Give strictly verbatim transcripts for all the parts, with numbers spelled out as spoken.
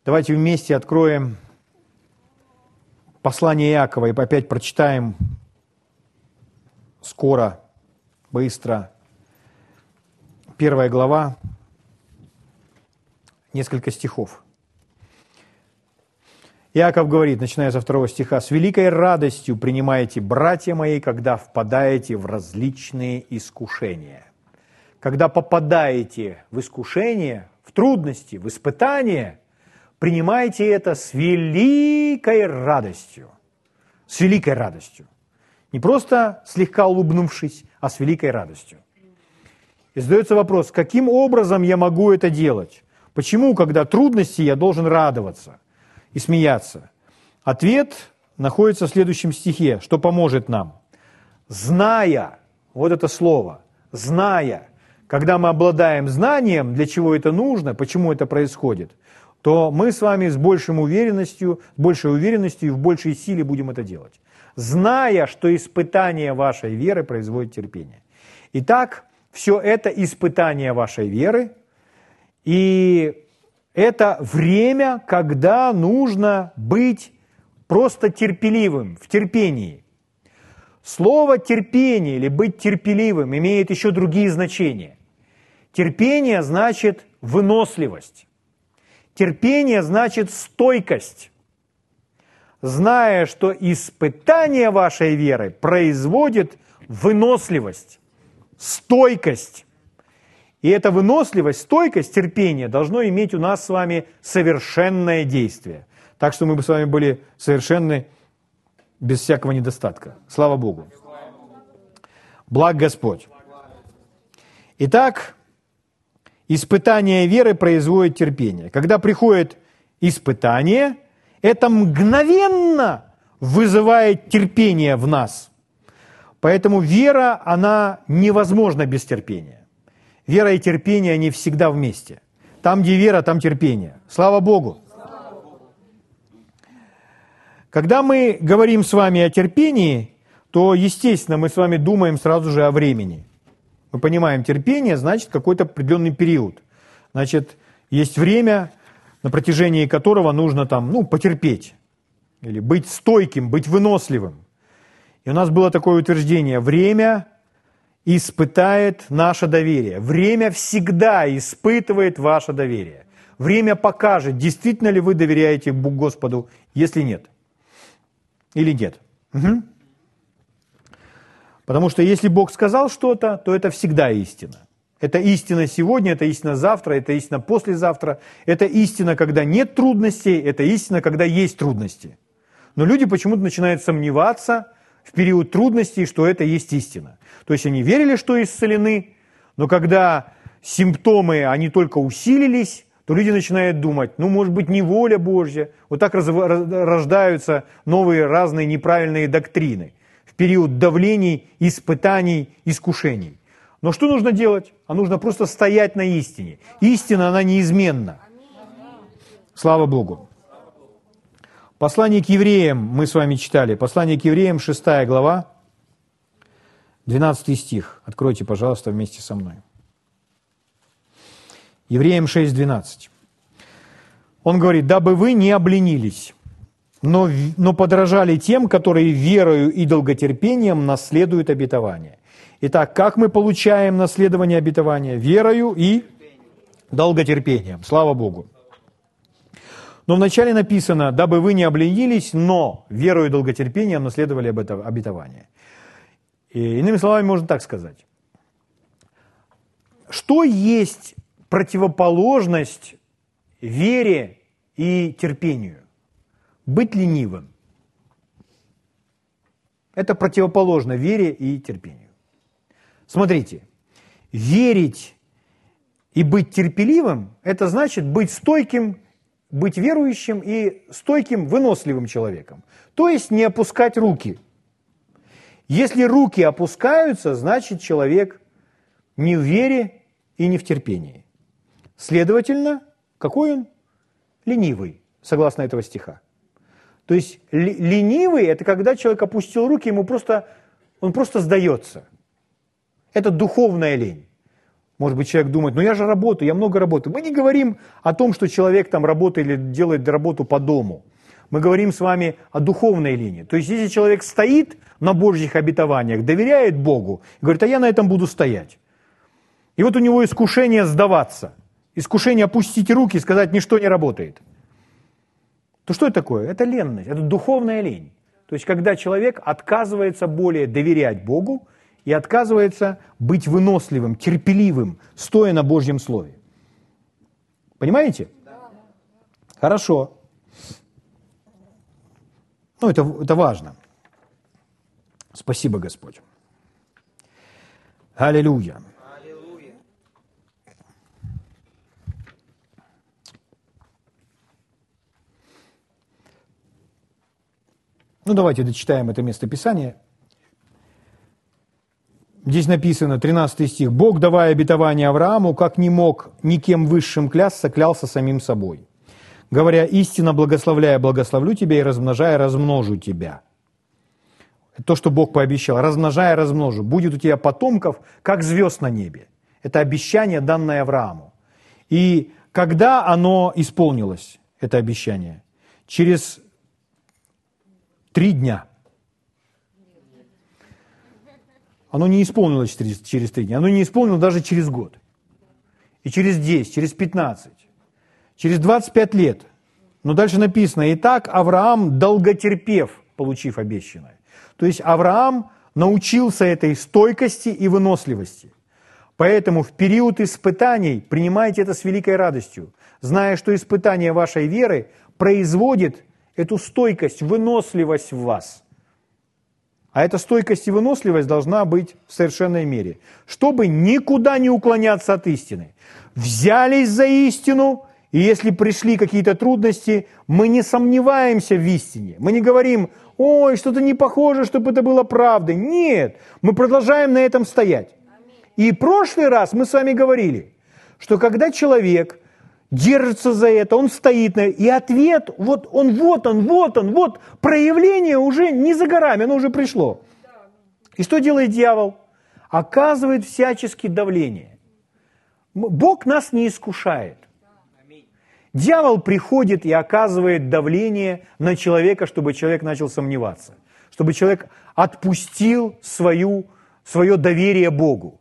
Давайте вместе откроем послание Иакова и опять прочитаем скоро, быстро. Первая глава, несколько стихов. Иаков говорит, начиная со второго стиха: «С великой радостью принимаете, братья мои, когда впадаете в различные искушения». Когда попадаете в искушение, в трудности, в испытания, принимайте это с великой радостью. С великой радостью. Не просто слегка улыбнувшись, а с великой радостью. И задается вопрос, каким образом я могу это делать? Почему, когда трудности, я должен радоваться и смеяться? Ответ находится в следующем стихе, что поможет нам. Зная, вот это слово, зная, когда мы обладаем знанием, для чего это нужно, почему это происходит, то мы с вами с большей уверенностью, с большей уверенностью и в большей силе будем это делать. Зная, что испытание вашей веры производит терпение. Итак, все это испытание вашей веры, и это время, когда нужно быть просто терпеливым, в терпении. Слово «терпение» или «быть терпеливым» имеет еще другие значения. Терпение значит выносливость. Терпение значит стойкость. Зная, что испытание вашей веры производит выносливость, стойкость. И эта выносливость, стойкость, терпение должно иметь у нас с вами совершенное действие. Так что мы бы с вами были совершенны без всякого недостатка. Слава Богу. Благ Господь. Итак, испытание веры производит терпение. Когда приходит испытание, это мгновенно вызывает терпение в нас. Поэтому вера, она невозможна без терпения. Вера и терпение, они всегда вместе. Там, где вера, там терпение. Слава Богу. Когда мы говорим с вами о терпении, то, естественно, мы с вами думаем сразу же о времени. Мы понимаем, терпение значит какой-то определенный период. Значит, есть время, на протяжении которого нужно там, ну, потерпеть. Или быть стойким, быть выносливым. И у нас было такое утверждение: время испытает наше доверие. Время всегда испытывает ваше доверие. Время покажет, действительно ли вы доверяете Господу, если нет. Или нет. Угу. Потому что если Бог сказал что-то, то это всегда истина. Это истина сегодня, это истина завтра, это истина послезавтра. Это истина, когда нет трудностей, это истина, когда есть трудности. Но люди почему-то начинают сомневаться в период трудностей, что это есть истина. То есть они верили, что исцелены, но когда симптомы, они только усилились, то люди начинают думать, ну, может быть, не воля Божья. Вот так рождаются новые разные неправильные доктрины в период давлений, испытаний, искушений. Но что нужно делать? А нужно просто стоять на истине. Истина, она неизменна. Слава Богу. Послание к евреям мы с вами читали. Послание к евреям, шестая глава, двенадцатый стих. Откройте, пожалуйста, вместе со мной. Евреям шесть, двенадцать. Он говорит: «Дабы вы не обленились, но, но подражали тем, которые верою и долготерпением наследуют обетование». Итак, как мы получаем наследование обетования? Верою и долготерпением. Слава Богу. Но вначале написано: «Дабы вы не обленились, но верою и долготерпением наследовали обетование». И, иными словами, можно так сказать. Что есть противоположность вере и терпению? Быть ленивым. Это противоположно вере и терпению. Смотрите, верить и быть терпеливым – это значит быть стойким, быть верующим и стойким, выносливым человеком. То есть не опускать руки. Если руки опускаются, значит человек не в вере и не в терпении. Следовательно, какой он? Ленивый, согласно этого стиха. То есть ленивый – это когда человек опустил руки, ему просто, он просто сдается. Это духовная лень. Может быть, человек думает, ну я же работаю, я много работаю. Мы не говорим о том, что человек там работает или делает работу по дому. Мы говорим с вами о духовной линии. То есть, если человек стоит на Божьих обетованиях, доверяет Богу, и говорит, а я на этом буду стоять. И вот у него искушение сдаваться, искушение опустить руки и сказать, ничто не работает. То что это такое? Это ленность, это духовная лень. То есть, когда человек отказывается более доверять Богу и отказывается быть выносливым, терпеливым, стоя на Божьем Слове. Понимаете? Хорошо. Ну, это, это важно. Спасибо, Господь. Аллилуйя. Аллилуйя. Ну, давайте дочитаем это место Писания. Здесь написано, тринадцатый стих. «Бог, давая обетование Аврааму, как не мог никем высшим клясться, клялся самим собой, говоря, истинно благословляя, благословлю тебя и размножая, размножу тебя». То, что Бог пообещал, размножая, размножу. Будет у тебя потомков, как звезд на небе. Это обещание, данное Аврааму. И когда оно исполнилось, это обещание? Через три дня. Оно не исполнилось через, через три дня, оно не исполнилось даже через год. И через десять, через пятнадцать, через двадцать пять лет. Но дальше написано, «Итак, Авраам, долготерпев, получив обещанное». То есть Авраам научился этой стойкости и выносливости. Поэтому в период испытаний принимайте это с великой радостью, зная, что испытание вашей веры производит эту стойкость, выносливость в вас. А эта стойкость и выносливость должна быть в совершенной мере, чтобы никуда не уклоняться от истины. Взялись за истину, и если пришли какие-то трудности, мы не сомневаемся в истине. Мы не говорим, ой, что-то не похоже, чтобы это было правдой. Нет, мы продолжаем на этом стоять. И в прошлый раз мы с вами говорили, что когда человек держится за это, он стоит на это, и ответ, вот он, вот он, вот он, вот проявление уже не за горами, оно уже пришло. И что делает дьявол? Оказывает всяческие давление. Бог нас не искушает. Дьявол приходит и оказывает давление на человека, чтобы человек начал сомневаться, чтобы человек отпустил свою, свое доверие Богу.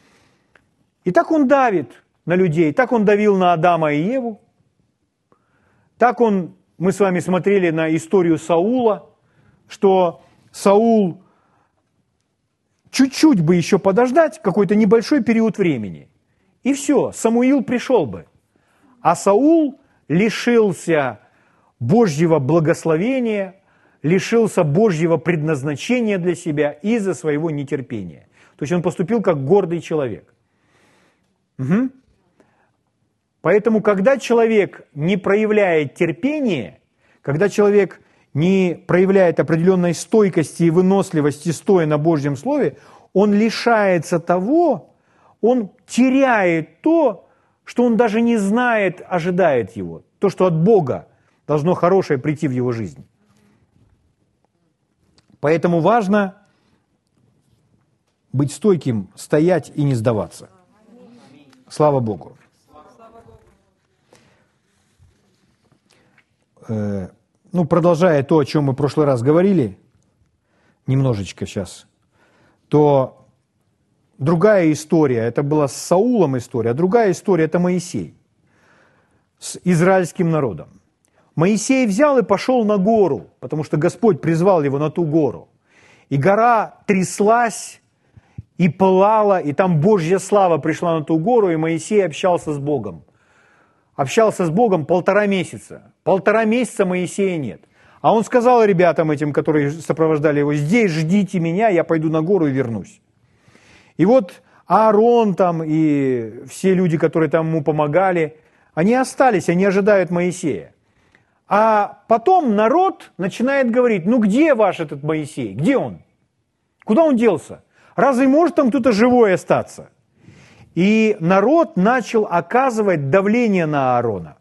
И так он давит на людей, так он давил на Адама и Еву, так он, мы с вами смотрели на историю Саула, что Саул чуть-чуть бы еще подождать, какой-то небольшой период времени, и все, Самуил пришел бы. А Саул лишился Божьего благословения, лишился Божьего предназначения для себя из-за своего нетерпения. То есть он поступил как гордый человек. Угу. Поэтому, когда человек не проявляет терпения, когда человек не проявляет определенной стойкости и выносливости, стоя на Божьем Слове, он лишается того, он теряет то, что он даже не знает, ожидает его. То, что от Бога должно хорошее прийти в его жизнь. Поэтому важно быть стойким, стоять и не сдаваться. Слава Богу. Э, ну, продолжая то, о чем мы в прошлый раз говорили, немножечко сейчас, то другая история, это была с Саулом история, а другая история – это Моисей с израильским народом. Моисей взял и пошел на гору, потому что Господь призвал его на ту гору. И гора тряслась и пылала, и там Божья слава пришла на ту гору, и Моисей общался с Богом. Общался с Богом полтора месяца. Полтора месяца Моисея нет. А он сказал ребятам этим, которые сопровождали его, здесь ждите меня, я пойду на гору и вернусь. И вот Аарон там и все люди, которые там ему помогали, они остались, они ожидают Моисея. А потом народ начинает говорить, ну где ваш этот Моисей, где он? Куда он делся? Разве может там кто-то живой остаться? И народ начал оказывать давление на Аарона.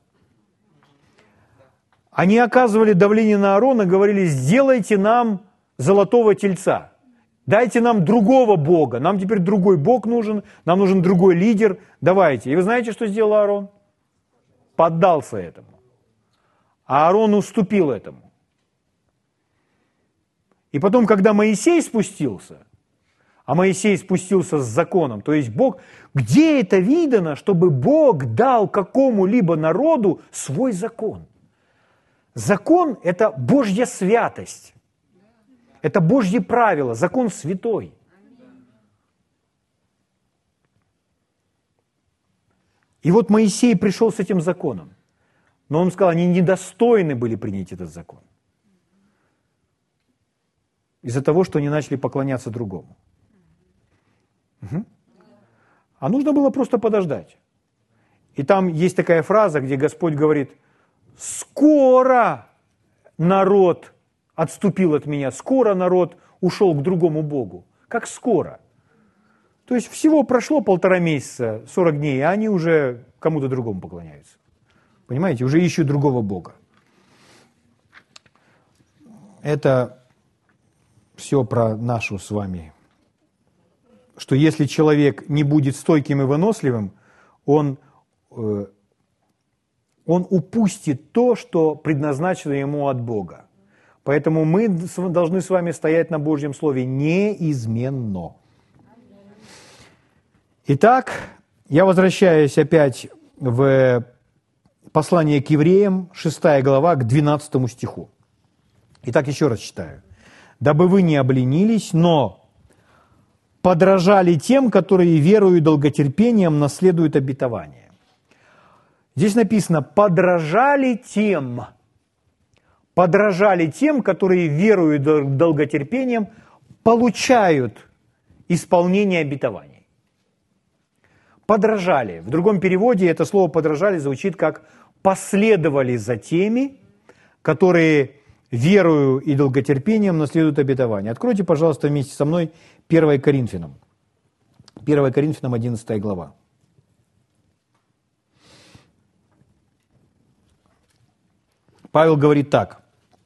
Они оказывали давление на Аарона, говорили, сделайте нам золотого тельца. Дайте нам другого Бога, нам теперь другой Бог нужен, нам нужен другой лидер, давайте. И вы знаете, что сделал Аарон? Поддался этому. А Аарон уступил этому. И потом, когда Моисей спустился, а Моисей спустился с законом, то есть Бог, где это видано, чтобы Бог дал какому-либо народу свой закон? Закон – это Божья святость, это Божьи правила, закон святой. И вот Моисей пришел с этим законом, но он сказал, они недостойны были принять этот закон. Из-за того, что они начали поклоняться другому. Угу. А нужно было просто подождать. И там есть такая фраза, где Господь говорит, скоро народ отступил от меня, скоро народ ушел к другому Богу. Как скоро? То есть всего прошло полтора месяца, сорок дней, а они уже кому-то другому поклоняются. Понимаете, уже ищут другого Бога. Это все про нашу с вами. Что если человек не будет стойким и выносливым, он, э, он упустит то, что предназначено ему от Бога. Поэтому мы должны с вами стоять на Божьем Слове неизменно. Итак, я возвращаюсь опять в послание к евреям, шестая глава, к двенадцатому стиху. Итак, еще раз читаю. «Дабы вы не обленились, но подражали тем, которые верою и долготерпением наследуют обетование». Здесь написано «подражали тем», подражали тем, которые верою и долготерпением получают исполнение обетований. Подражали. В другом переводе это слово «подражали» звучит как «последовали за теми, которые верою и долготерпением наследуют обетование». Откройте, пожалуйста, вместе со мной первое Коринфянам. первое Коринфянам, одиннадцатая глава. Павел говорит так.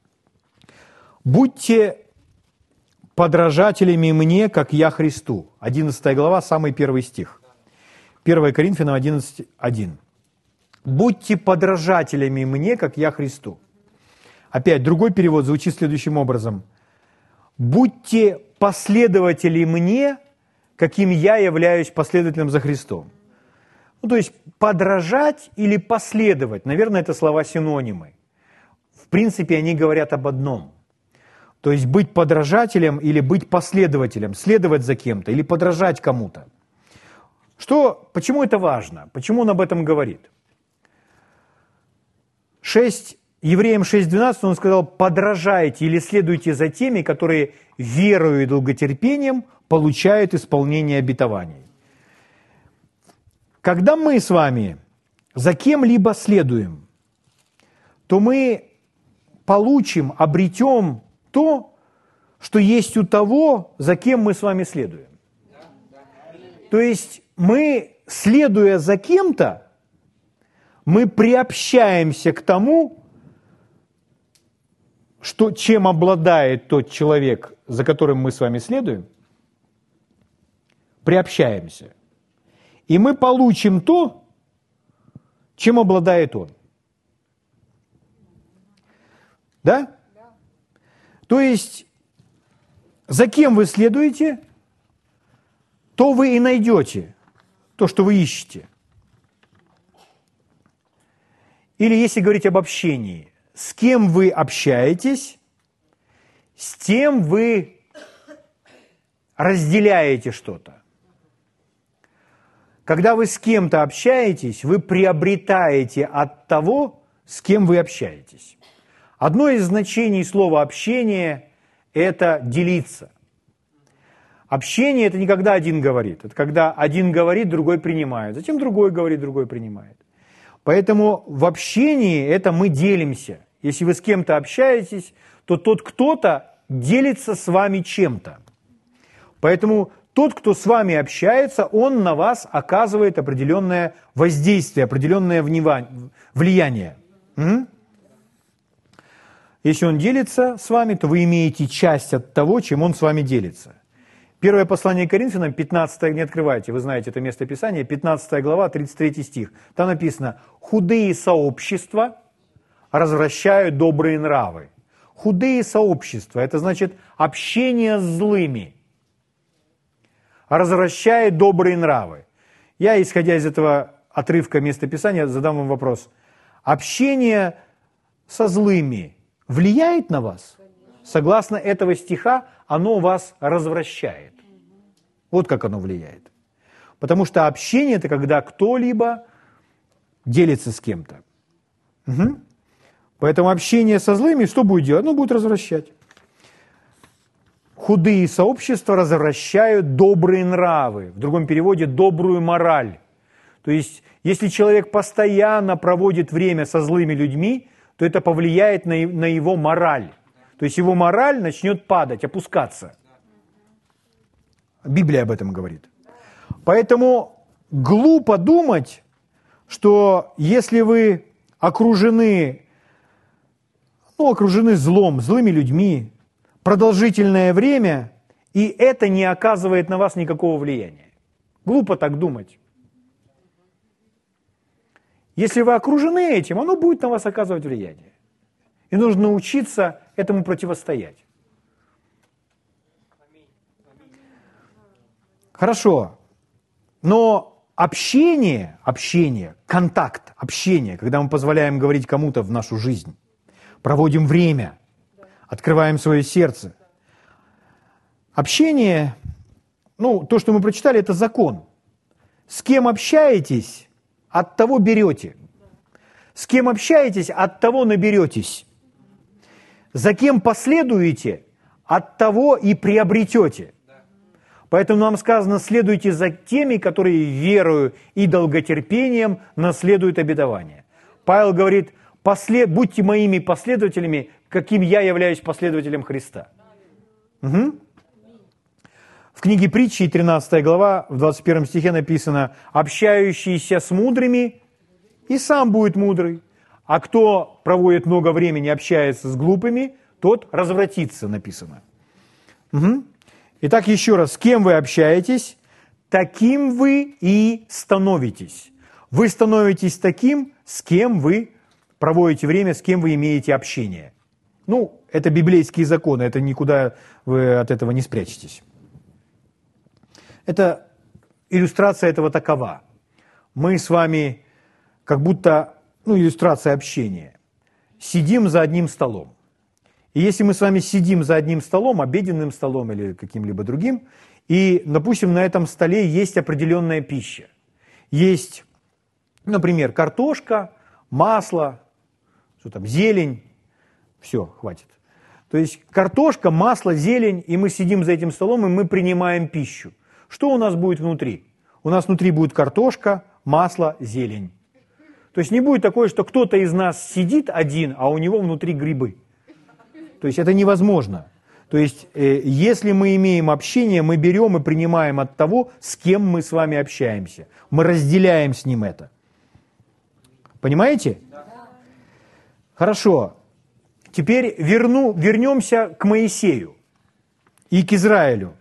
«Будьте подражателями мне, как я Христу». одиннадцатая глава, самый первый стих. первое Коринфянам одиннадцать, один. «Будьте подражателями мне, как я Христу». Опять другой перевод звучит следующим образом. «Будьте последователи мне, каким я являюсь последователем за Христом». Ну, то есть подражать или последовать, наверное, это слова синонимы. В принципе, они говорят об одном. То есть быть подражателем или быть последователем, следовать за кем-то или подражать кому-то. Что, почему это важно? Почему он об этом говорит? шесть Евреям шесть двенадцать он сказал, подражайте или следуйте за теми, которые верою и долготерпением получают исполнение обетований. Когда мы с вами за кем-либо следуем, то мы получим, обретем то, что есть у того, за кем мы с вами следуем. То есть мы, следуя за кем-то, мы приобщаемся к тому, что, чем обладает тот человек, за которым мы с вами следуем, приобщаемся. И мы получим то, чем обладает он. Да? То есть, за кем вы следуете, то вы и найдете то, что вы ищете. Или если говорить об общении, с кем вы общаетесь, с тем вы разделяете что-то. Когда вы с кем-то общаетесь, вы приобретаете от того, с кем вы общаетесь. Одно из значений слова «общение» – это делиться. Общение – это не когда один говорит, это когда один говорит, другой принимает, затем другой говорит, другой принимает. Поэтому в общении это мы делимся. Если вы с кем-то общаетесь, то тот кто-то делится с вами чем-то. Поэтому тот, кто с вами общается, он на вас оказывает определенное воздействие, определенное влияние. Угу. Если он делится с вами, то вы имеете часть от того, чем он с вами делится. Первое послание к Коринфянам, пятнадцатая, не открывайте, вы знаете это место Писания, пятнадцатая глава, тридцать третий стих. Там написано: «Худые сообщества развращают добрые нравы». Худые сообщества, это значит общение с злыми, развращает добрые нравы. Я, исходя из этого отрывка места Писания, задам вам вопрос. Общение со злыми влияет на вас? Согласно этого стиха, оно вас развращает. Вот как оно влияет. Потому что общение – это когда кто-либо делится с кем-то. Угу. Поэтому общение со злыми что будет делать? Оно будет развращать. Худые сообщества развращают добрые нравы. В другом переводе – добрую мораль. То есть, если человек постоянно проводит время со злыми людьми, то это повлияет на, на его мораль. То есть, его мораль начнет падать, опускаться. Библия об этом говорит. Поэтому глупо думать, что если вы окружены, ну, окружены злом, злыми людьми, продолжительное время, и это не оказывает на вас никакого влияния. Глупо так думать. Если вы окружены этим, оно будет на вас оказывать влияние. И нужно научиться этому противостоять. Хорошо. Но общение, общение, контакт, общение, когда мы позволяем говорить кому-то в нашу жизнь, проводим время, открываем свое сердце. Общение, ну, то, что мы прочитали, это закон. С кем общаетесь, от того берете. С кем общаетесь, от того наберетесь. За кем последуете, от того и приобретете. Поэтому нам сказано: следуйте за теми, которые верою и долготерпением наследуют обетование. Павел говорит: послед... будьте моими последователями, каким я являюсь последователем Христа. Угу. В книге Притчи, тринадцатая глава, в двадцать первом стихе написано: «Общающийся с мудрыми и сам будет мудрый, а кто проводит много времени, общается с глупыми, тот развратится», написано. Угу. Итак, еще раз, с кем вы общаетесь, таким вы и становитесь. Вы становитесь таким, с кем вы проводите время, с кем вы имеете общение. Ну, это библейские законы, это никуда вы от этого не спрячетесь. Это иллюстрация этого такова. Мы с вами как будто, ну, иллюстрация общения. Сидим за одним столом. И если мы с вами сидим за одним столом, обеденным столом или каким-либо другим, и, допустим, на этом столе есть определенная пища. Есть, например, картошка, масло, что там, зелень. Все, хватит. То есть картошка, масло, зелень, и мы сидим за этим столом, и мы принимаем пищу. Что у нас будет внутри? У нас внутри будет картошка, масло, зелень. То есть не будет такое, что кто-то из нас сидит один, а у него внутри грибы. То есть это невозможно. То есть э, если мы имеем общение, мы берем и принимаем от того, с кем мы с вами общаемся. Мы разделяем с ним это. Понимаете? Да. Хорошо. Теперь верну, вернемся к Моисею и к Израилю.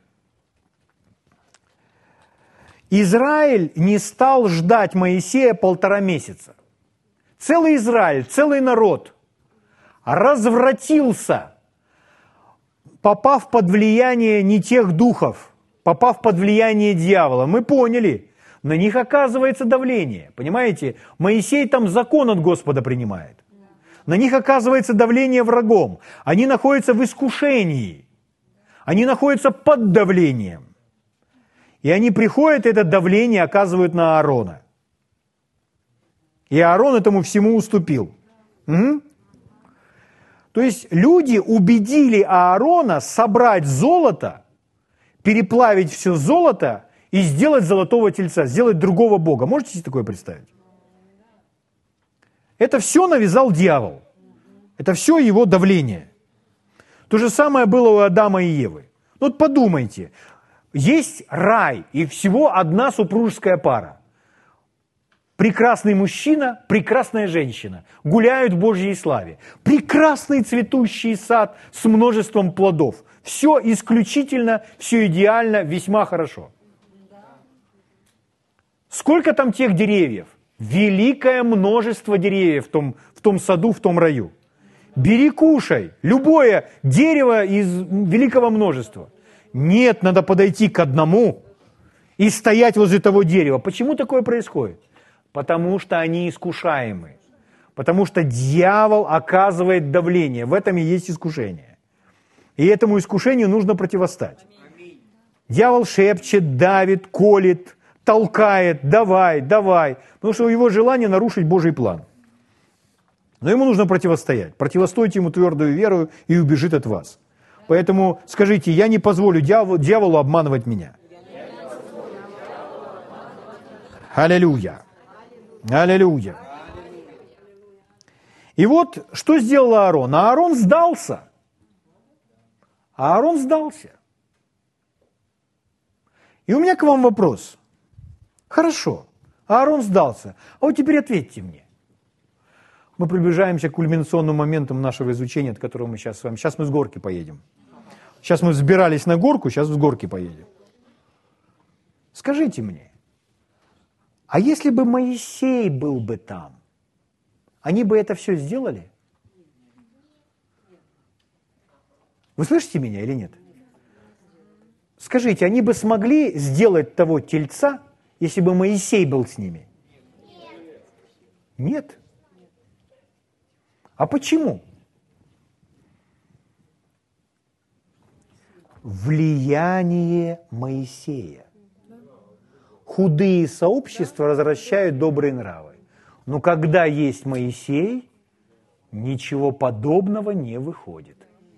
Израиль не стал ждать Моисея полтора месяца. Целый Израиль, целый народ развратился, попав под влияние не тех духов, попав под влияние дьявола. Мы поняли, на них оказывается давление. Понимаете, Моисей там закон от Господа принимает. На них оказывается давление врагом. Они находятся в искушении. Они находятся под давлением. И они приходят, это давление оказывают на Аарона. И Аарон этому всему уступил. Угу. То есть люди убедили Аарона собрать золото, переплавить все золото и сделать золотого тельца, сделать другого бога. Можете себе такое представить? Это все навязал дьявол. Это все его давление. То же самое было у Адама и Евы. Вот подумайте. Есть рай, и всего одна супружеская пара. Прекрасный мужчина, прекрасная женщина гуляют в Божьей славе. Прекрасный цветущий сад с множеством плодов. Все исключительно, все идеально, весьма хорошо. Сколько там тех деревьев? Великое множество деревьев в том, в том саду, в том раю. Бери, кушай. Любое дерево из великого множества. Нет, надо подойти к одному и стоять возле того дерева. Почему такое происходит? Потому что они искушаемы. Потому что дьявол оказывает давление. В этом и есть искушение. И этому искушению нужно противостать. Дьявол шепчет, давит, колет, толкает, давай, давай. Потому что у его желание нарушить Божий план. Но ему нужно противостоять. Противостойте ему твердую верою, и убежит от вас. Поэтому скажите, я не позволю дьяволу, дьяволу обманывать меня. Аллилуйя. Аллилуйя. И вот, что сделал Аарон? Аарон сдался. Аарон сдался. И у меня к вам вопрос. Хорошо, Аарон сдался. А вот теперь ответьте мне. Мы приближаемся к кульминационным моментам нашего изучения, от которого мы сейчас с вами... Сейчас мы с горки поедем. Сейчас мы взбирались на горку, сейчас с горки поедем. Скажите мне, а если бы Моисей был бы там, они бы это все сделали? Вы слышите меня или нет? Скажите, они бы смогли сделать того тельца, если бы Моисей был с ними? Нет. А почему? Влияние Моисея. Худые сообщества развращают добрые нравы. Но когда есть Моисей, ничего подобного не выходит.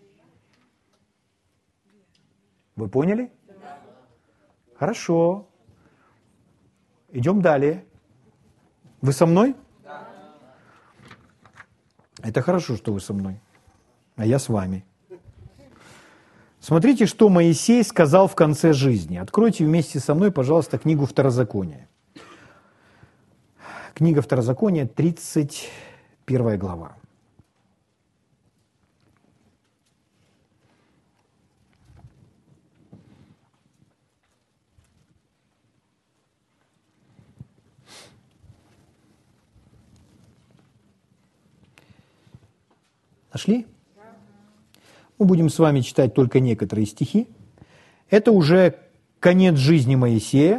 Вы поняли? Хорошо. Идем далее. Вы со мной? Это хорошо, что вы со мной, а я с вами. Смотрите, что Моисей сказал в конце жизни. Откройте вместе со мной, пожалуйста, книгу Второзакония. Книга Второзакония, тридцать первая глава. Нашли? Мы будем с вами читать только некоторые стихи. Это уже конец жизни Моисея.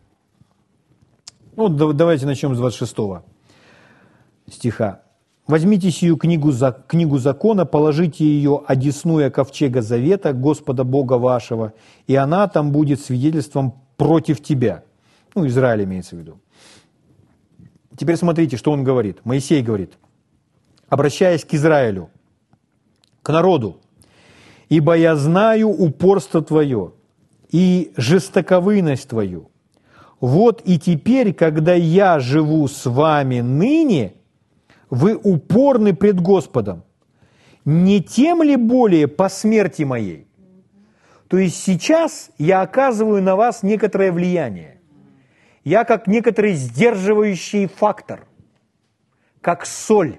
Ну, давайте начнем с двадцать шестого стиха. «Возьмите сию книгу, книгу закона, положите ее одесную ковчега завета Господа Бога вашего, и она там будет свидетельством против тебя». Ну, Израиль имеется в виду. Теперь смотрите, что он говорит. Моисей говорит, обращаясь к Израилю, к народу: «Ибо я знаю упорство твое и жестоковыйность твою. Вот и теперь, когда я живу с вами ныне, вы упорны пред Господом. Не тем ли более по смерти моей?» То есть сейчас я оказываю на вас некоторое влияние. Я как некоторый сдерживающий фактор, как соль.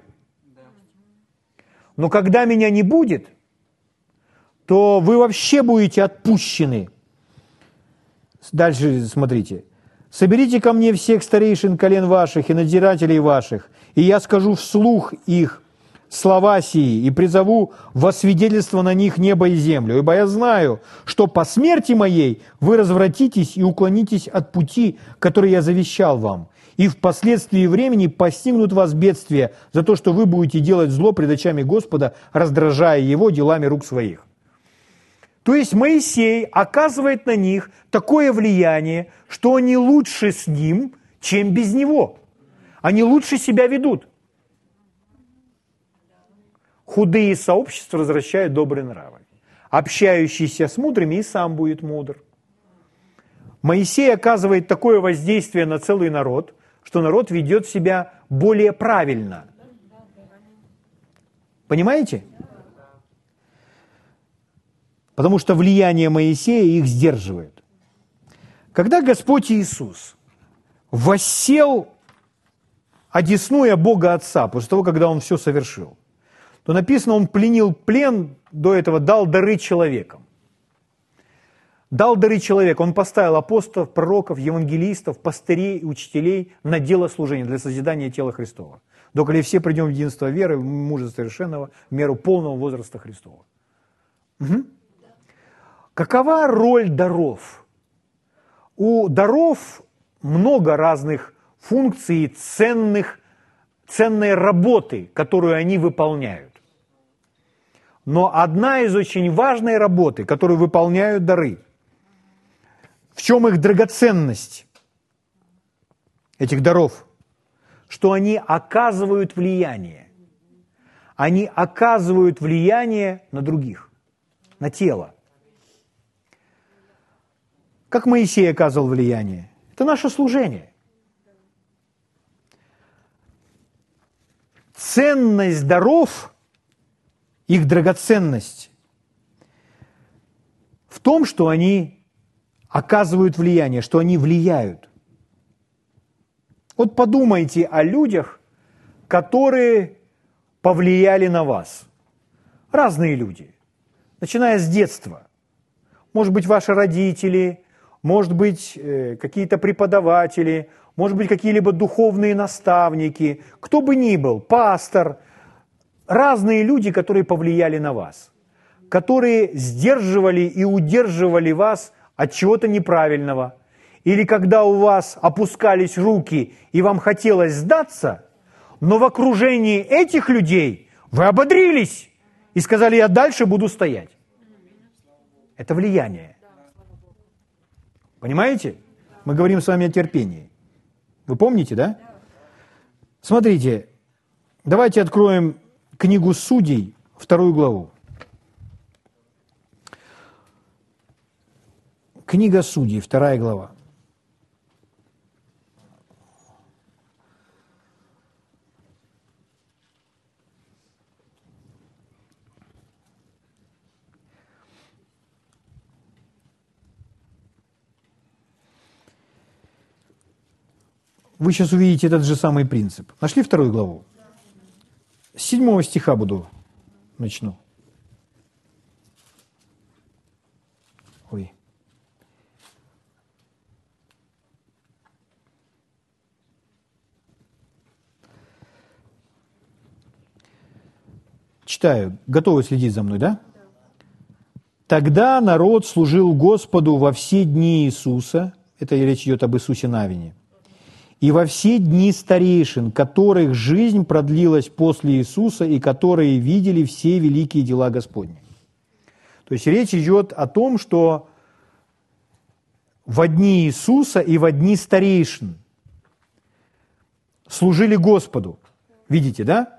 Но когда меня не будет, то вы вообще будете отпущены. Дальше смотрите. «Соберите ко мне всех старейшин колен ваших и надзирателей ваших, и я скажу вслух их слова сии, и призову во свидетельство на них небо и землю, ибо я знаю, что по смерти моей вы развратитесь и уклонитесь от пути, который я завещал вам, и впоследствии времени постигнут вас бедствия за то, что вы будете делать зло пред очами Господа, раздражая Его делами рук своих». То есть Моисей оказывает на них такое влияние, что они лучше с ним, чем без него. Они лучше себя ведут. Худые сообщества развращают добрые нравы. Общающийся с мудрыми и сам будет мудр. Моисей оказывает такое воздействие на целый народ, что народ ведет себя более правильно. Понимаете? Потому что влияние Моисея их сдерживает. Когда Господь Иисус воссел одесную Бога Отца, после того, когда Он все совершил, то написано, Он пленил плен, до этого дал дары человекам. Дал дары человеку. Он поставил апостолов, пророков, евангелистов, пастырей, учителей на дело служения для созидания тела Христова. Доколе все придем в единство веры, в мужа совершенного, в меру полного возраста Христова. Угу. Какова роль даров? У даров много разных функций, ценных, ценной работы, которую они выполняют. Но одна из очень важной работы, которую выполняют дары, в чем их драгоценность, этих даров? Что они оказывают влияние. Они оказывают влияние на других, на тело. Как Моисей оказывал влияние? Это наше служение. Ценность даров, их драгоценность в том, что они оказывают влияние, что они влияют. Вот подумайте о людях, которые повлияли на вас. Разные люди, начиная с детства. Может быть, ваши родители, может быть, какие-то преподаватели, может быть, какие-либо духовные наставники, кто бы ни был, пастор. Разные люди, которые повлияли на вас, которые сдерживали и удерживали вас от чего-то неправильного. Или когда у вас опускались руки и вам хотелось сдаться, но в окружении этих людей вы ободрились и сказали, я дальше буду стоять. Это влияние. Понимаете? Мы говорим с вами о терпении. Вы помните, да? Смотрите, давайте откроем книгу Судей, вторую главу. Книга Судей, вторая глава. Вы сейчас увидите этот же самый принцип. Нашли вторую главу? С седьмого стиха буду начну. Ой. Читаю. Готовы следить за мной, да? Тогда народ служил Господу во все дни Иисуса, это речь идет об Иисусе Навине, и во все дни старейшин, которых жизнь продлилась после Иисуса и которые видели все великие дела Господни. То есть речь идет о том, что во дни Иисуса и во дни старейшин служили Господу. Видите, да?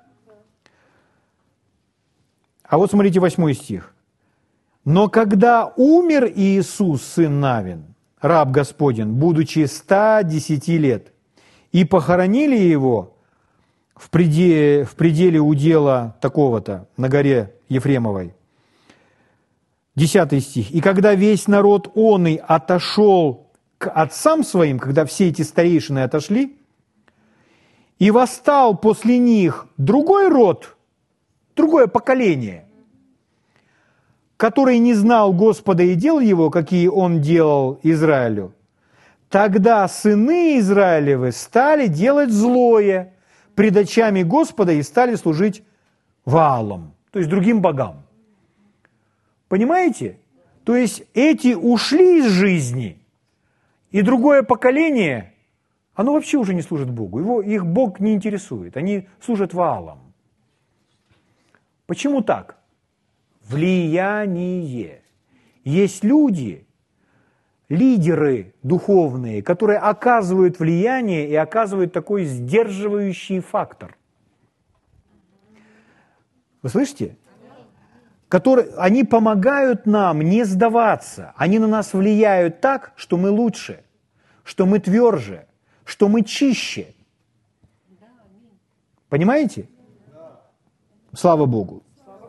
А вот смотрите восьмой стих. «Но когда умер Иисус, сын Навин, раб Господень, будучи ста десяти лет, и похоронили его в пределе, в пределе удела такого-то на горе Ефремовой». Десятый стих. «И когда весь народ он и отошел к отцам своим, когда все эти старейшины отошли, и восстал после них другой род, другое поколение, который не знал Господа и дел его, какие он делал Израилю, тогда сыны Израилевы стали делать злое пред очами Господа и стали служить Ваалам, то есть другим богам». Понимаете? То есть эти ушли из жизни, и другое поколение, оно вообще уже не служит Богу. Его, их Бог не интересует. Они служат Ваалам. Почему так? Влияние. Есть люди, лидеры духовные, которые оказывают влияние и оказывают такой сдерживающий фактор. Вы слышите? Которые, они помогают нам не сдаваться. Они на нас влияют так, что мы лучше, что мы тверже, что мы чище. Понимаете? Слава Богу.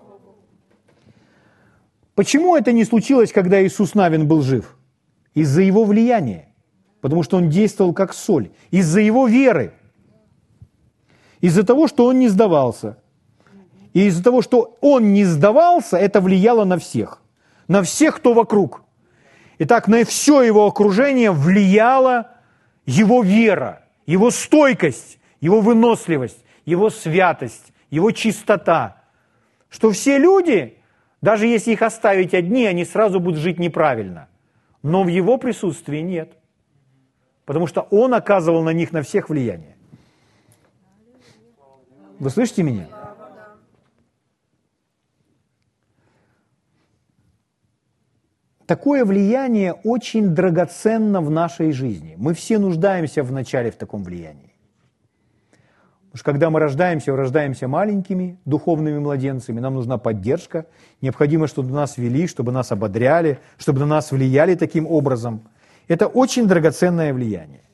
Почему это не случилось, когда Иисус Навин был жив? Из-за его влияния. Потому что он действовал как соль. Из-за его веры. Из-за того, что он не сдавался. И из-за того, что он не сдавался, это влияло на всех. На всех, кто вокруг. Итак, на все его окружение влияла его вера, его стойкость, его выносливость, его святость, его чистота. Что все люди, даже если их оставить одни, они сразу будут жить неправильно. Но в его присутствии нет. Потому что он оказывал на них на всех влияние. Вы слышите меня? Такое влияние очень драгоценно в нашей жизни. Мы все нуждаемся вначале в таком влиянии. Потому что когда мы рождаемся, мы рождаемся маленькими, духовными младенцами, нам нужна поддержка, необходимо, чтобы нас вели, чтобы нас ободряли, чтобы на нас влияли таким образом. Это очень драгоценное влияние.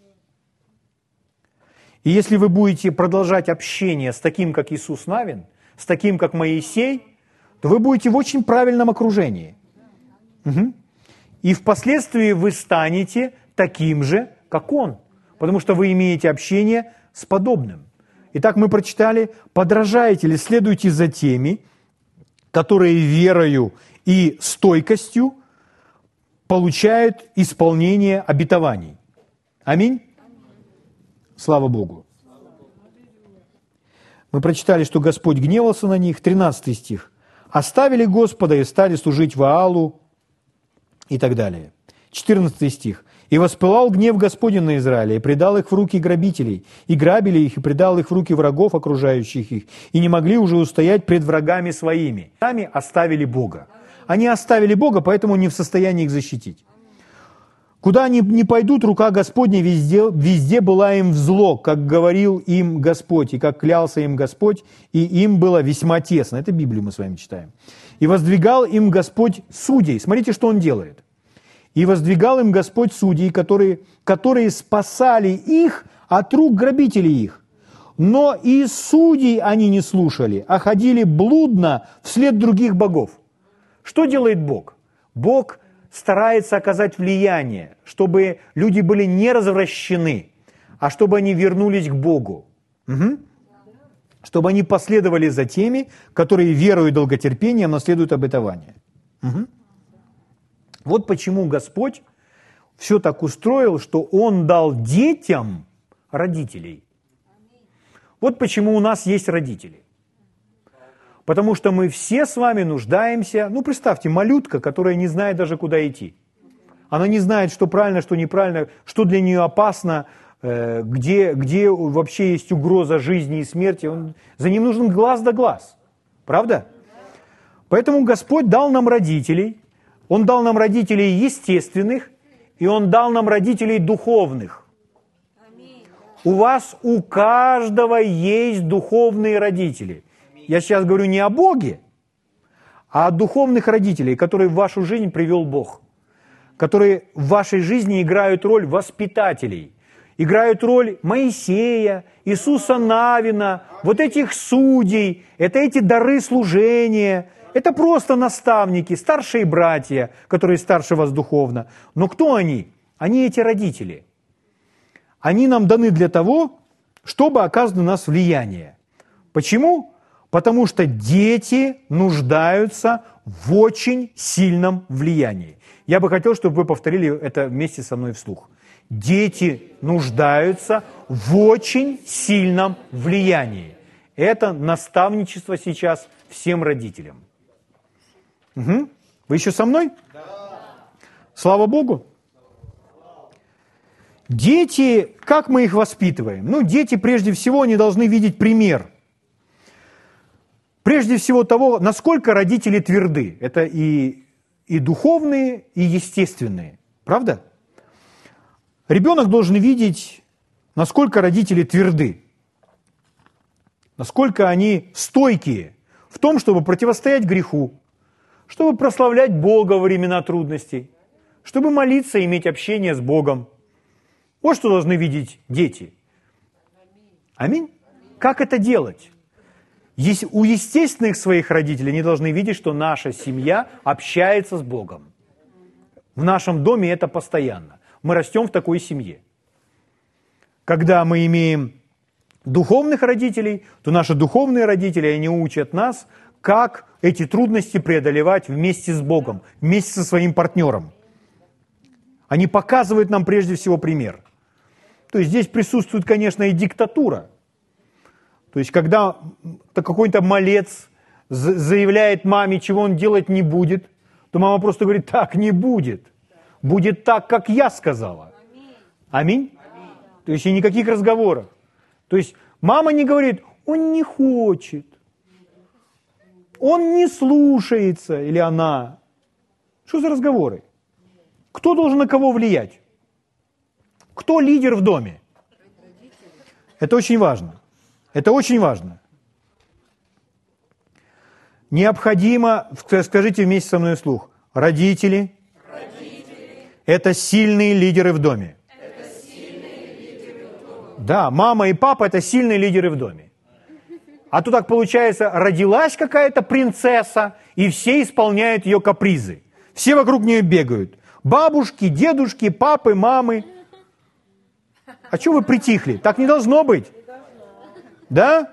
И если вы будете продолжать общение с таким, как Иисус Навин, с таким, как Моисей, то вы будете в очень правильном окружении. Угу. И впоследствии вы станете таким же, как он, потому что вы имеете общение с подобным. Итак, мы прочитали: подражайте или следуйте за теми, которые верою и стойкостью получают исполнение обетований. Аминь? Слава Богу. Мы прочитали, что Господь гневался на них. тринадцатый стих. Оставили Господа и стали служить Ваалу, и так далее. четырнадцатый стих. «И воспылал гнев Господень на Израиля, и предал их в руки грабителей, и грабили их, и предал их в руки врагов, окружающих их, и не могли уже устоять пред врагами своими». Сами оставили Бога. Они оставили Бога, поэтому не в состоянии их защитить. Куда они не пойдут, рука Господня везде, везде была им в зло, как говорил им Господь, и как клялся им Господь, и им было весьма тесно. Это Библию мы с вами читаем. «И воздвигал им Господь судей». Смотрите, что он делает. «И воздвигал им Господь судей, которые, которые спасали их от рук грабителей их. Но и судей они не слушали, а ходили блудно вслед других богов». Что делает Бог? Бог старается оказать влияние, чтобы люди были не развращены, а чтобы они вернулись к Богу. Угу. Чтобы они последовали за теми, которые верою и долготерпением наследуют обетование. Угу. Вот почему Господь все так устроил, что Он дал детям родителей. Вот почему у нас есть родители. Потому что мы все с вами нуждаемся, ну представьте, малютка, которая не знает даже, куда идти. Она не знает, что правильно, что неправильно, что для нее опасно, где, где вообще есть угроза жизни и смерти. Он, за ним нужен глаз да глаз. Правда? Поэтому Господь дал нам родителей. Он дал нам родителей естественных, и Он дал нам родителей духовных. У вас, у каждого есть духовные родители. Я сейчас говорю не о Боге, а о духовных родителей, которые в вашу жизнь привел Бог, которые в вашей жизни играют роль воспитателей, играют роль Моисея, Иисуса Навина, вот этих судей, это эти дары служения, это просто наставники, старшие братья, которые старше вас духовно. Но кто они? Они эти родители. Они нам даны для того, чтобы оказывать на нас влияние. Почему? Потому что дети нуждаются в очень сильном влиянии. Я бы хотел, чтобы вы повторили это вместе со мной вслух. Дети нуждаются в очень сильном влиянии. Это наставничество сейчас всем родителям. Угу. Вы еще со мной? Да. Слава Богу. Дети, как мы их воспитываем? Ну, дети, прежде всего, они должны видеть пример. Прежде всего того, насколько родители тверды. Это и, и духовные, и естественные. Правда? Ребенок должен видеть, насколько родители тверды. Насколько они стойкие в том, чтобы противостоять греху, чтобы прославлять Бога во времена трудностей, чтобы молиться и иметь общение с Богом. Вот что должны видеть дети. Аминь. Как это делать? У естественных своих родителей они должны видеть, что наша семья общается с Богом. В нашем доме это постоянно. Мы растем в такой семье. Когда мы имеем духовных родителей, то наши духовные родители, они учат нас, как эти трудности преодолевать вместе с Богом, вместе со своим партнером. Они показывают нам прежде всего пример. То есть здесь присутствует, конечно, и диктатура. То есть когда какой-то малец заявляет маме, чего он делать не будет, то мама просто говорит, так не будет. Будет так, как я сказала. Аминь? Аминь. То есть и никаких разговоров. То есть мама не говорит, он не хочет, он не слушается, или она. Что за разговоры? Кто должен на кого влиять? Кто лидер в доме? Это очень важно. Это очень важно. Необходимо, скажите вместе со мной вслух, родители, родители. Это сильные лидеры в доме. Это сильные лидеры в доме. Да, мама и папа это сильные лидеры в доме. А то так получается, родилась какая-то принцесса, и все исполняют ее капризы. Все вокруг нее бегают. Бабушки, дедушки, папы, мамы. А что вы притихли? Так не должно быть. Да?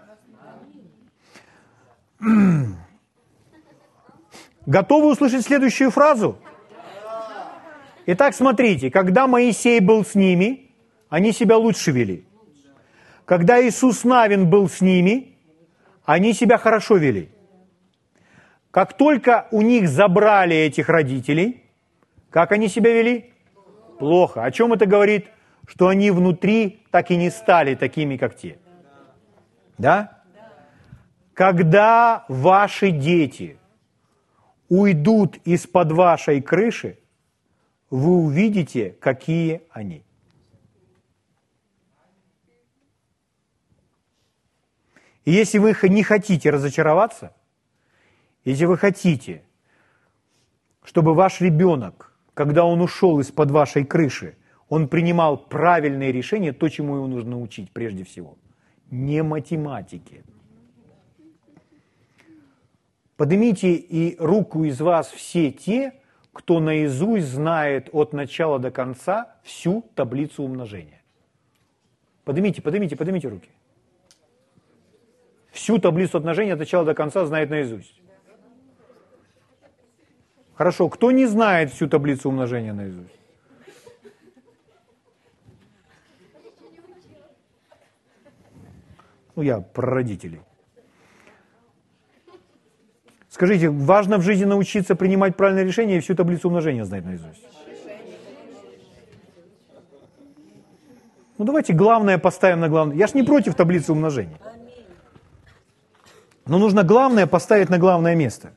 Готовы услышать следующую фразу? Итак, смотрите, когда Моисей был с ними, они себя лучше вели. Когда Иисус Навин был с ними, они себя хорошо вели. Как только у них забрали этих родителей, как они себя вели? Плохо. О чем это говорит? Что они внутри так и не стали такими, как те. Да? Когда ваши дети уйдут из-под вашей крыши, вы увидите, какие они. И если вы не хотите разочароваться, если вы хотите, чтобы ваш ребенок, когда он ушел из-под вашей крыши, он принимал правильные решения, то, чему его нужно учить прежде всего. Не математике. Поднимите и руку из вас все те, кто наизусть знает от начала до конца всю таблицу умножения. Поднимите, поднимите, поднимите руки. Всю таблицу умножения от начала до конца знает наизусть. Хорошо, кто не знает всю таблицу умножения наизусть? Ну, я про родителей. Скажите, важно в жизни научиться принимать правильные решения и всю таблицу умножения знать наизусть? Ну, давайте главное поставим на главное. Я ж не против таблицы умножения. Но нужно главное поставить на главное место.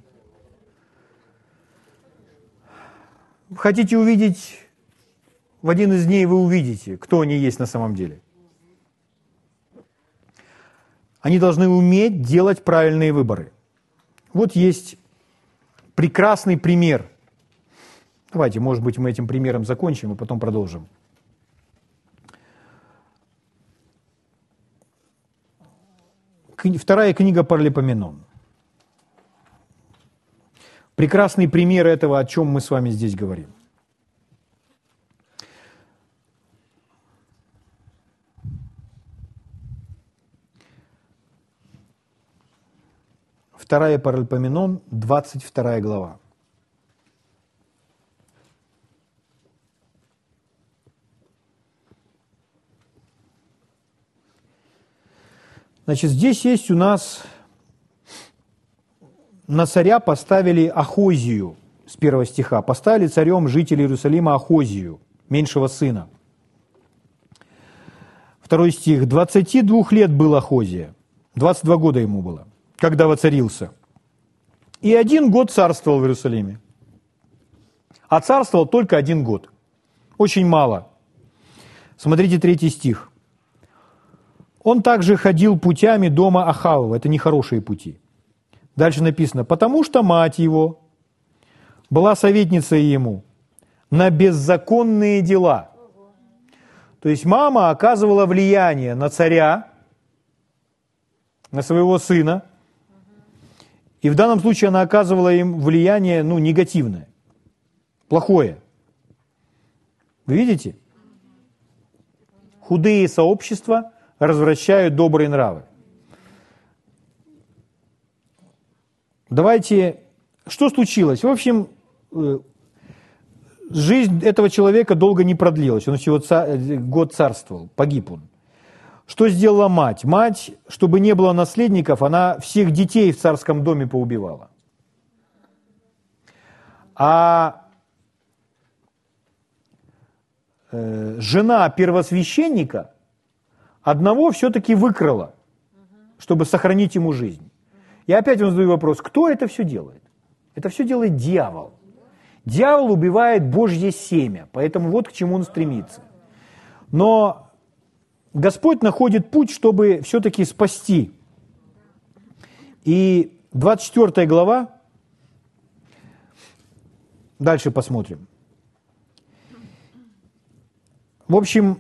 Хотите увидеть, в один из дней вы увидите, кто они есть на самом деле. Они должны уметь делать правильные выборы. Вот есть прекрасный пример. Давайте, может быть, мы этим примером закончим и потом продолжим. Вторая книга Паралипоменон. Прекрасный пример этого, о чем мы с вами здесь говорим. Вторая Паралипоменон, двадцать вторая глава. Значит, здесь есть у нас на царя поставили Ахозию, с первого стиха. Поставили царем жителей Иерусалима Ахозию, меньшего сына. Второй стих. двадцати двух лет был Ахозия, двадцать два года ему было, когда воцарился. И один год царствовал в Иерусалиме. А царствовал только один год. Очень мало. Смотрите третий стих. Он также ходил путями дома Ахавова. Это нехорошие пути. Дальше написано, потому что мать его была советницей ему на беззаконные дела. То есть мама оказывала влияние на царя, на своего сына, и в данном случае она оказывала им влияние, ну, негативное, плохое. Вы видите? Худые сообщества развращают добрые нравы. Давайте, что случилось? В общем, жизнь этого человека долго не продлилась. Он всего год царствовал, погиб он. Что сделала мать? Мать, чтобы не было наследников, она всех детей в царском доме поубивала. А э, жена первосвященника одного все-таки выкрала, чтобы сохранить ему жизнь. И опять вам задаю вопрос, кто это все делает? Это все делает дьявол. Дьявол убивает Божье семя, поэтому вот к чему он стремится. Но Господь находит путь, чтобы все-таки спасти. И двадцать четвёртая глава, дальше посмотрим. В общем,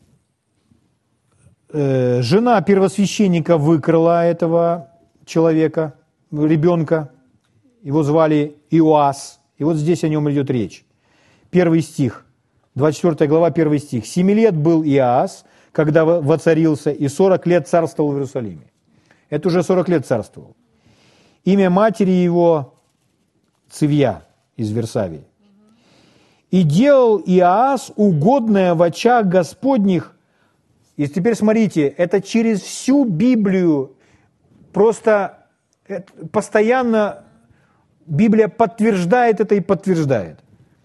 э, жена первосвященника выкрала этого человека, ребенка, его звали Иоас, и вот здесь о нем идет речь. Первый стих, двадцать четвёртая глава, первый стих. «Семи лет был Иоас, когда воцарился, и сорок лет царствовал в Иерусалиме». Это уже сорок лет царствовал. Имя матери его Цивья из Версавии. «И делал Иоас угодное в очах Господних». И теперь смотрите, это через всю Библию, просто постоянно Библия подтверждает это и подтверждает.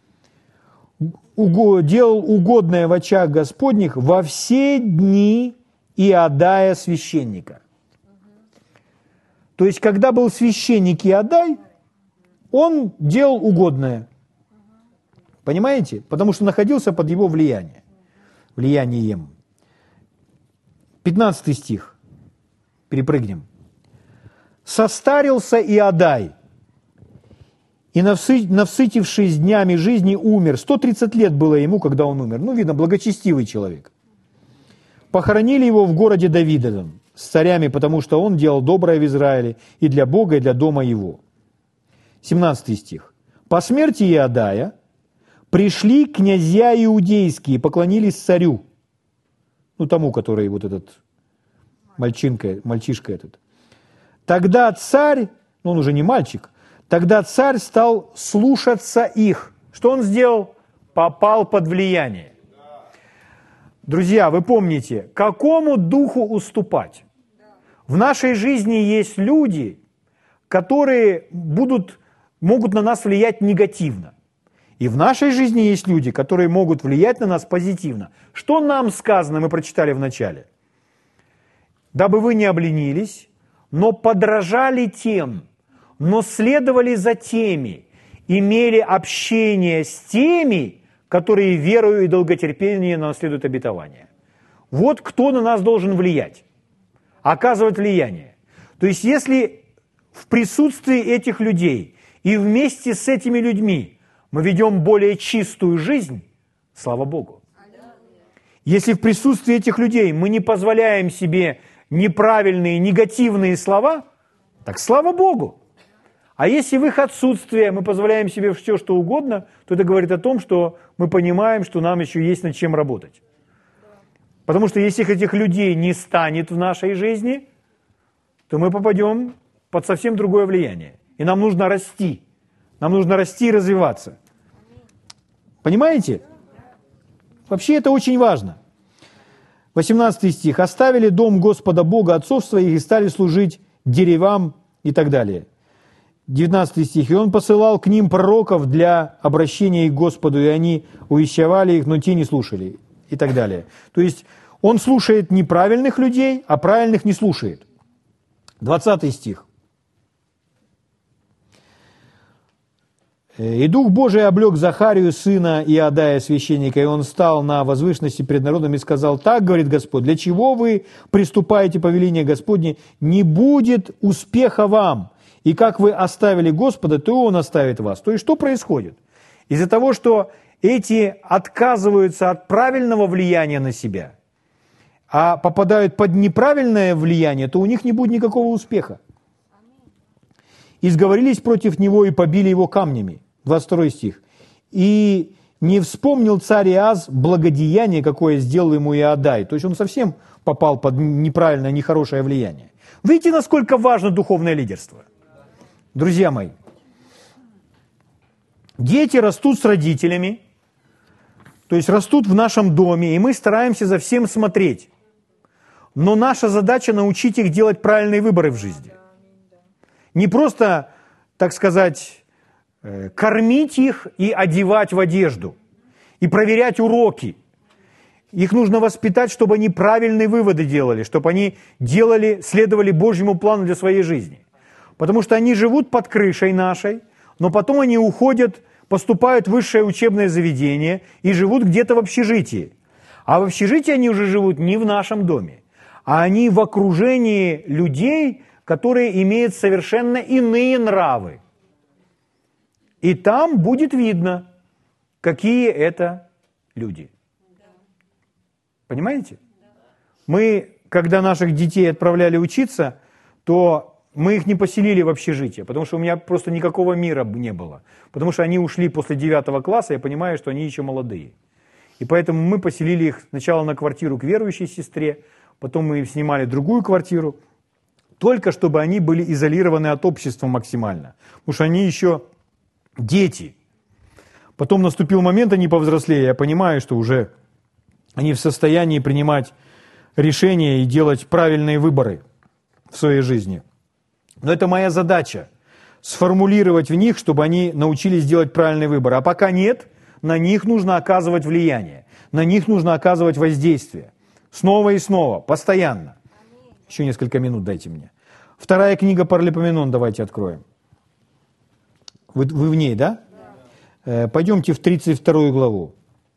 «Делал угодное в очах Господних во все дни Иодая священника». То есть, когда был священник Иодай, он делал угодное. Понимаете? Потому что находился под его влиянием. Влиянием. пятнадцатый стих. Перепрыгнем. «Состарился Иодай, и, насытившись днями жизни, умер». сто тридцать лет было ему, когда он умер. Ну, видно, благочестивый человек. «Похоронили его в городе Давидовом с царями, потому что он делал доброе в Израиле и для Бога, и для дома его». семнадцатый стих. «По смерти Иодая пришли князья иудейские, поклонились царю». Ну, тому, который вот этот мальчинка, мальчишка этот. «Тогда царь», ну, он уже не мальчик, «тогда царь стал слушаться их». Что он сделал? Попал под влияние. Друзья, вы помните, какому духу уступать? В нашей жизни есть люди, которые будут, могут на нас влиять негативно. И в нашей жизни есть люди, которые могут влиять на нас позитивно. Что нам сказано, мы прочитали в начале? «Дабы вы не обленились, но подражали тем, но следовали за теми, имели общение с теми, которые верою и долготерпением наследуют обетование». Вот кто на нас должен влиять, оказывать влияние. То есть если в присутствии этих людей и вместе с этими людьми мы ведем более чистую жизнь, слава Богу. Если в присутствии этих людей мы не позволяем себе неправильные, негативные слова, так слава Богу. А если в их отсутствие мы позволяем себе все, что угодно, то это говорит о том, что мы понимаем, что нам еще есть над чем работать. Потому что если этих людей не станет в нашей жизни, то мы попадем под совсем другое влияние. И нам нужно расти. Нам нужно расти и развиваться. Понимаете? Вообще это очень важно. восемнадцатый стих. «Оставили дом Господа Бога отцов своих и стали служить деревам» и так далее. девятнадцатый стих. «И он посылал к ним пророков для обращения их к Господу, и они увещевали их, но те не слушали» и так далее. То есть он слушает неправильных людей, а правильных не слушает. двадцатый стих. «И Дух Божий облег Захарию, сына Иодая, священника, и он стал на возвышенности пред народом и сказал: так, говорит Господь, для чего вы приступаете по велению Господне? Не будет успеха вам, и как вы оставили Господа, то и Он оставит вас». То есть что происходит? Из-за того, что эти отказываются от правильного влияния на себя, а попадают под неправильное влияние, то у них не будет никакого успеха. «И сговорились против него и побили его камнями». двадцать второй стих. «И не вспомнил царь Иаз благодеяние, какое сделал ему Иодай. То есть он совсем попал под неправильное, нехорошее влияние. Видите, насколько важно духовное лидерство? Друзья мои, дети растут с родителями, то есть растут в нашем доме, и мы стараемся за всем смотреть. Но наша задача научить их делать правильные выборы в жизни. Не просто, так сказать, кормить их и одевать в одежду, и проверять уроки. Их нужно воспитать, чтобы они правильные выводы делали, чтобы они делали, следовали Божьему плану для своей жизни. Потому что они живут под крышей нашей, но потом они уходят, поступают в высшее учебное заведение и живут где-то в общежитии. А в общежитии они уже живут не в нашем доме, а они в окружении людей, которые имеют совершенно иные нравы. И там будет видно, какие это люди. Понимаете? Мы, когда наших детей отправляли учиться, то мы их не поселили в общежитие, потому что у меня просто никакого мира не было. Потому что они ушли после девятого класса, я понимаю, что они еще молодые. И поэтому мы поселили их сначала на квартиру к верующей сестре, потом мы снимали другую квартиру, только чтобы они были изолированы от общества максимально. Потому что они еще дети. Потом наступил момент, они повзрослели, я понимаю, что уже они в состоянии принимать решения и делать правильные выборы в своей жизни. Но это моя задача – сформулировать в них, чтобы они научились делать правильный выбор. А пока нет, на них нужно оказывать влияние, на них нужно оказывать воздействие. Снова и снова, постоянно. Еще несколько минут дайте мне. Вторая книга Паралипоменон давайте откроем. Вы, вы в ней, да? Да. Пойдемте в тридцать вторую главу.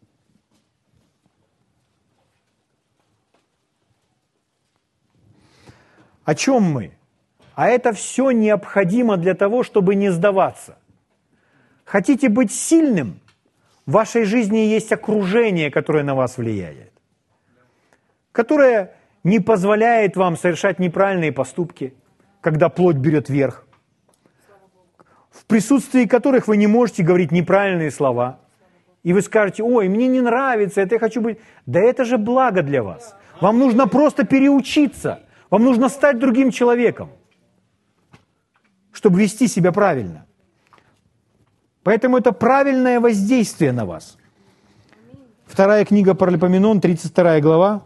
О чем мы? А это все необходимо для того, чтобы не сдаваться. Хотите быть сильным? В вашей жизни есть окружение, которое на вас влияет, которое не позволяет вам совершать неправильные поступки, когда плоть берет верх, в присутствии которых вы не можете говорить неправильные слова, и вы скажете: ой, мне не нравится, это я хочу быть... Да это же благо для вас. Вам нужно просто переучиться, вам нужно стать другим человеком, чтобы вести себя правильно. Поэтому это правильное воздействие на вас. Вторая книга Паралипоменон, тридцать вторая глава.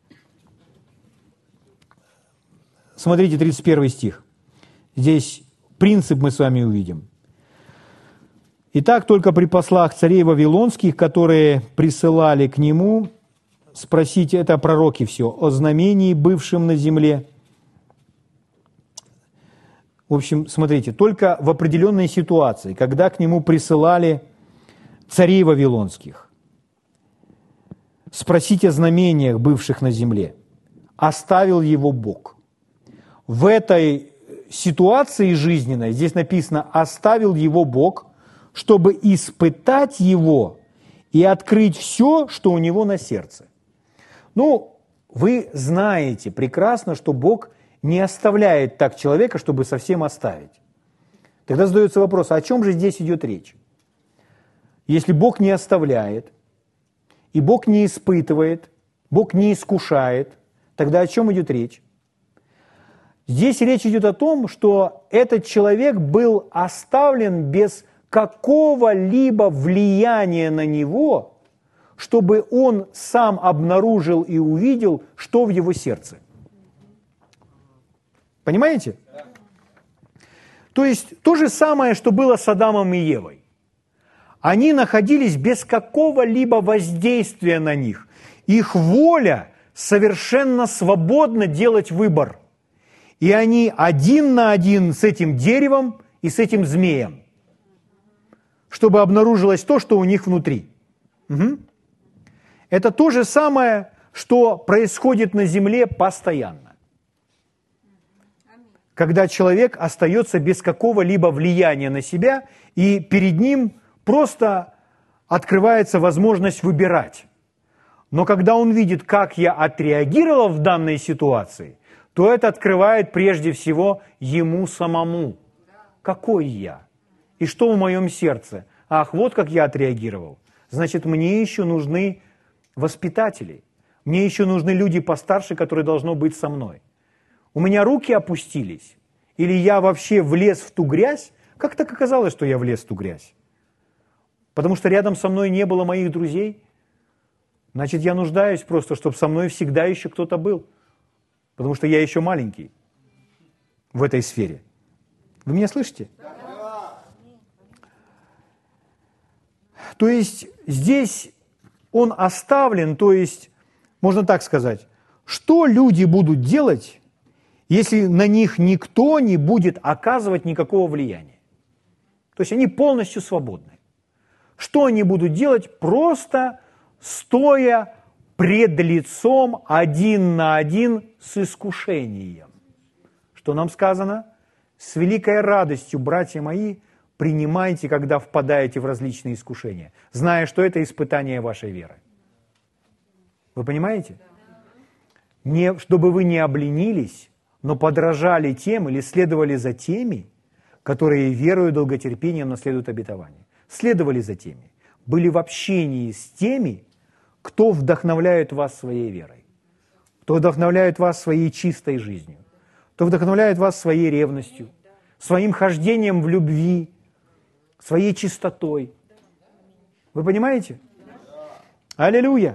Смотрите, тридцать первый стих. Здесь принцип мы с вами увидим. «Итак, только при послах царей вавилонских, которые присылали к нему, спросите, это пророки все, о знамении, бывшем на земле». В общем, смотрите, только в определенной ситуации, когда к нему присылали царей вавилонских, спросите о знамениях, бывших на земле, оставил его Бог. В этой ситуации жизненной, здесь написано, оставил его Бог, чтобы испытать его и открыть все, что у него на сердце. Ну, вы знаете прекрасно, что Бог не оставляет так человека, чтобы совсем оставить. Тогда задается вопрос, а о чем же здесь идет речь? Если Бог не оставляет, и Бог не испытывает, Бог не искушает, тогда о чем идет речь? Здесь речь идет о том, что этот человек был оставлен без какого-либо влияния на него, чтобы он сам обнаружил и увидел, что в его сердце. Понимаете? То есть то же самое, что было с Адамом и Евой. Они находились без какого-либо воздействия на них. Их воля совершенно свободна делать выбор. И они один на один с этим деревом и с этим змеем, чтобы обнаружилось то, что у них внутри. Угу. Это то же самое, что происходит на земле постоянно. Когда человек остается без какого-либо влияния на себя, и перед ним просто открывается возможность выбирать. Но когда он видит, как я отреагировал в данной ситуации, то это открывает прежде всего ему самому. Какой я? И что в моем сердце? Ах, вот как я отреагировал. значит, мне еще нужны воспитатели. Мне еще нужны люди постарше, которые должны быть со мной. У меня руки опустились, или я вообще влез в ту грязь. Как так оказалось, что я влез в ту грязь? Потому что рядом со мной не было моих друзей. Значит, я нуждаюсь просто, чтобы со мной всегда еще кто-то был. Потому что я еще маленький в этой сфере. Вы меня слышите? Да. То есть здесь он оставлен, то есть, можно так сказать, что люди будут делать, если на них никто не будет оказывать никакого влияния? То есть они полностью свободны. Что они будут делать? Просто стоя пред лицом один на один с искушением. Что нам сказано? С великой радостью, братья мои, принимайте, когда впадаете в различные искушения, зная, что это испытание вашей веры. Вы понимаете? Не, чтобы вы не обленились, но подражали тем или следовали за теми, которые верою и долготерпением наследуют обетование. Следовали за теми, были в общении с теми, кто вдохновляет вас своей верой, кто вдохновляет вас своей чистой жизнью, кто вдохновляет вас своей ревностью, своим хождением в любви, своей чистотой. Вы понимаете? Аллилуйя!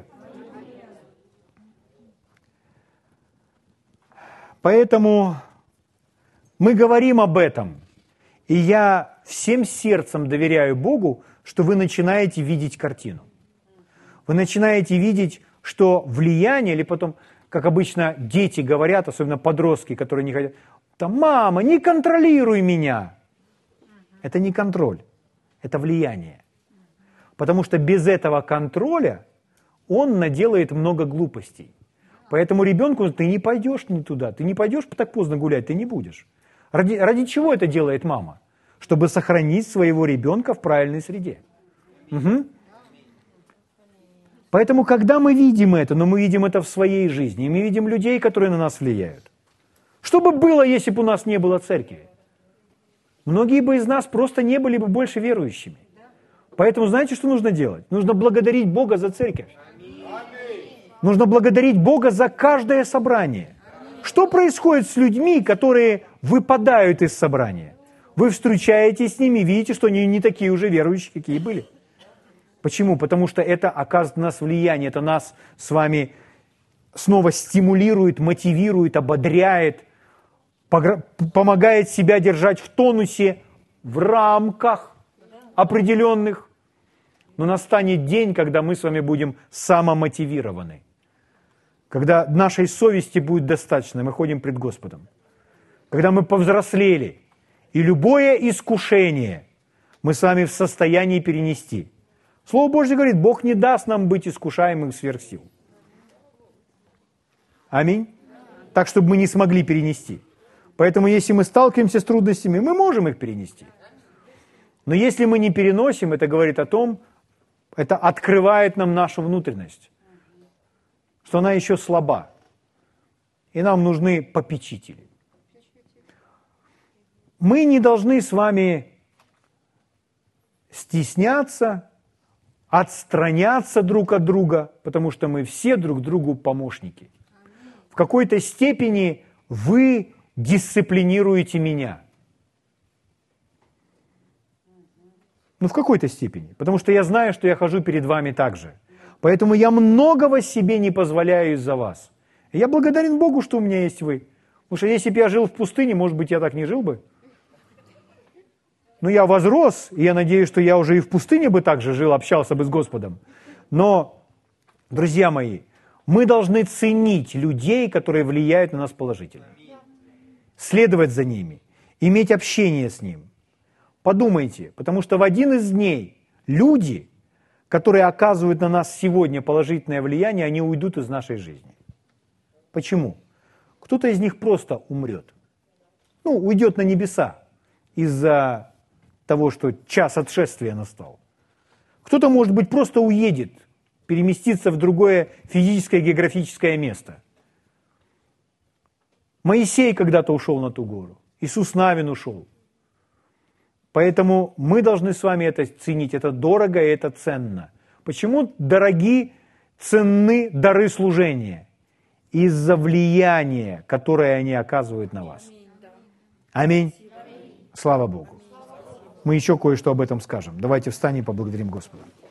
Поэтому мы говорим об этом, и я всем сердцем доверяю Богу, что вы начинаете видеть картину. Вы начинаете видеть, что влияние, или потом, как обычно дети говорят, особенно подростки, которые не хотят, там, мама, не контролируй меня. Это не контроль, это влияние. Потому что без этого контроля он наделает много глупостей. Поэтому ребенку ты не пойдешь не туда, ты не пойдешь так поздно гулять, ты не будешь. Ради, ради чего это делает мама? Чтобы сохранить своего ребенка в правильной среде. Угу. Поэтому, когда мы видим это, но мы видим это в своей жизни, и мы видим людей, которые на нас влияют. Что бы было, если бы у нас не было церкви? Многие бы из нас просто не были бы больше верующими. Поэтому знаете, что нужно делать? Нужно благодарить Бога за церковь. Нужно благодарить Бога за каждое собрание. Что происходит с людьми, которые выпадают из собрания? Вы встречаетесь с ними, видите, что они не такие уже верующие, какие были. Почему? Потому что это оказывает на нас влияние, это нас с вами снова стимулирует, мотивирует, ободряет, помогает себя держать в тонусе, в рамках определенных. Но настанет день, когда мы с вами будем самомотивированы, когда нашей совести будет достаточно, мы ходим пред Господом, когда мы повзрослели, и любое искушение мы с вами в состоянии перенести. Слово Божье говорит, Бог не даст нам быть искушаемым сверх сил. Аминь. Так, чтобы мы не смогли перенести. Поэтому, если мы сталкиваемся с трудностями, мы можем их перенести. Но если мы не переносим, это говорит о том, это открывает нам нашу внутренность, что она еще слаба. И нам нужны попечители. Мы не должны с вами стесняться, отстраняться друг от друга, потому что мы все друг другу помощники. В какой-то степени вы дисциплинируете меня. Ну, в какой-то степени. Потому что я знаю, что я хожу перед вами так же. Поэтому я многого себе не позволяю из-за вас. И я благодарен Богу, что у меня есть вы. Потому что если бы я жил в пустыне, может быть, я так не жил бы. Но я возрос, и я надеюсь, что я уже и в пустыне бы так же жил, общался бы с Господом. Но, друзья мои, мы должны ценить людей, которые влияют на нас положительно. Следовать за ними, иметь общение с ним. Подумайте, потому что в один из дней люди, которые оказывают на нас сегодня положительное влияние, они уйдут из нашей жизни. Почему? Кто-то из них просто умрет. Ну, уйдет на небеса из-за того, что час отшествия настал. Кто-то, может быть, просто уедет, переместится в другое физическое, географическое место. Моисей когда-то ушел на ту гору. Иисус Навин ушел. Поэтому мы должны с вами это ценить. Это дорого и это ценно. Почему дороги, ценны дары служения? Из-за влияния, которое они оказывают на вас. Аминь. Слава Богу. Мы еще кое-что об этом скажем. Давайте встанем и поблагодарим Господа.